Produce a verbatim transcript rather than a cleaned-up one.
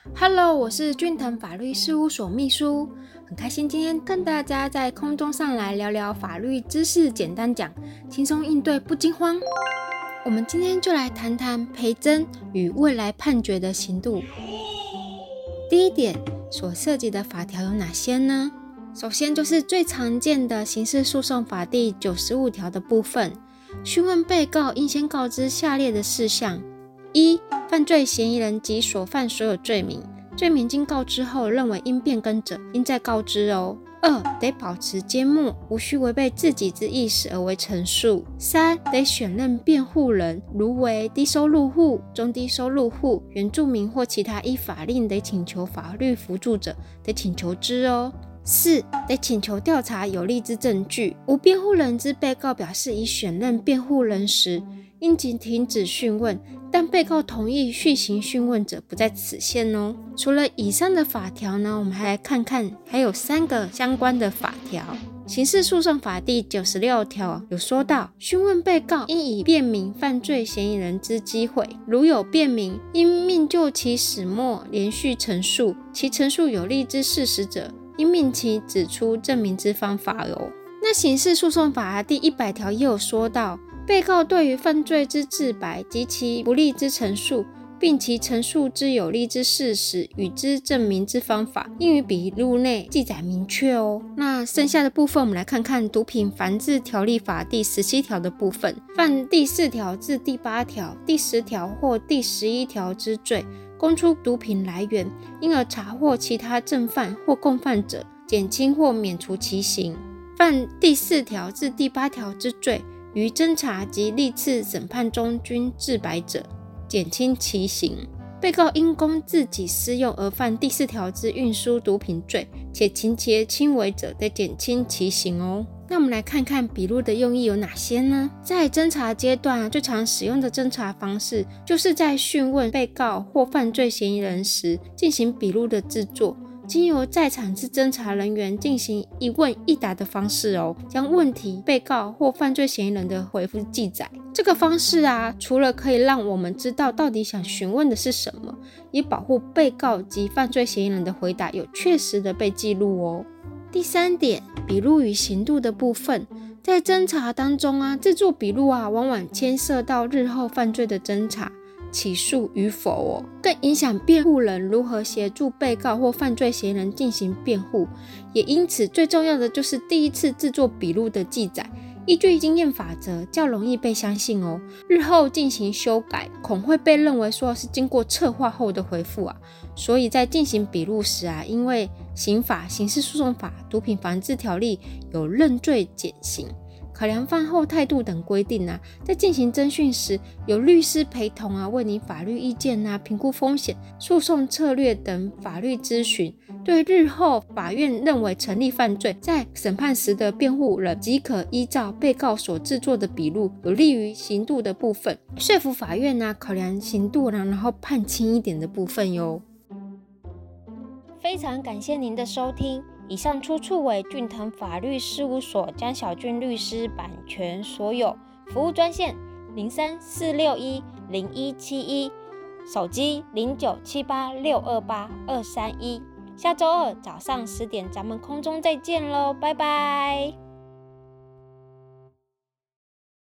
Hello， 我是俊腾法律事务所秘书，很开心今天跟大家在空中上来聊聊法律知识，简单讲，轻松应对不惊慌。我们今天就来谈谈陪侦与未来判决的刑度。第一点，所涉及的法条有哪些呢？首先就是最常见的刑事诉讼法第九十五条的部分，讯问被告应先告知下列的事项：一、犯罪嫌疑人及所犯所有罪名，罪名经告知后认为应变更者，应再告知哦。二、得保持缄默，无需违背自己之意识而为陈述。三、得选任辩护人，如为低收入户、中低收入户、原住民或其他依法令得请求法律扶助者，得请求之哦。四、得请求调查有利之证据。无辩护人之被告表示已选任辩护人时，应停止讯问，但被告同意续行讯问者不在此限哦。除了以上的法条呢，我们还来看看还有三个相关的法条。刑事诉讼法第九十六条有说到，讯问被告应以辨明犯罪嫌疑人之机会，如有辨明，应命就其始末连续陈述，其陈述有利之事实者，应命其指出证明之方法哦。那刑事诉讼法第一百条也有说到，被告对于犯罪之自白及其不利之陈述，并其陈述之有利之事实与之证明之方法，应于笔录内记载明确哦。那剩下的部分，我们来看看毒品防治条例法第十七条的部分，犯第四条至第八条、第十条或第十一条之罪，供出毒品来源，因而查获其他正犯或共犯者，减轻或免除其刑。犯第四条至第八条之罪，于侦查及历次审判中均自白者，减轻其刑。被告因供自己私用而犯第四条之运输毒品罪，且情节轻微者，得减轻其刑哦。那我们来看看笔录的用意有哪些呢？在侦查阶段，最常使用的侦查方式，就是在讯问被告或犯罪嫌疑人时，进行笔录的制作，经由在场之侦查人员进行一问一答的方式哦，将问题、被告或犯罪嫌疑人的回复记载。这个方式啊，除了可以让我们知道到底想询问的是什么，也保护被告及犯罪嫌疑人的回答有确实的被记录哦。第三点，笔录与刑度的部分，在侦查当中啊，制作笔录啊，往往牵涉到日后犯罪的侦查、起诉与否哦，更影响辩护人如何协助被告或犯罪嫌疑人进行辩护，也因此最重要的就是第一次制作笔录的记载，依据经验法则较容易被相信哦。日后进行修改，恐会被认为说是经过策划后的回复啊，所以在进行笔录时啊，因为刑法、刑事诉讼法、毒品防治条例有认罪减刑、考量犯后态度等规定啊，在进行侦讯时，有律师陪同啊，为你法律意见啊、评估风险、诉讼策略等法律咨询，对日后法院认为成立犯罪，在审判时的辩护人即可依照被告所制作的笔录，有利于刑度的部分，说服法院啊，考量刑度啊，然后判轻一点的部分哟。非常感谢您的收听。以上出处为俊腾法律事务所江小俊律师版权所有，服务专线零三四六一零一七一，手机零九七八六二八二三一。下周二早上十点，咱们空中再见喽，拜拜。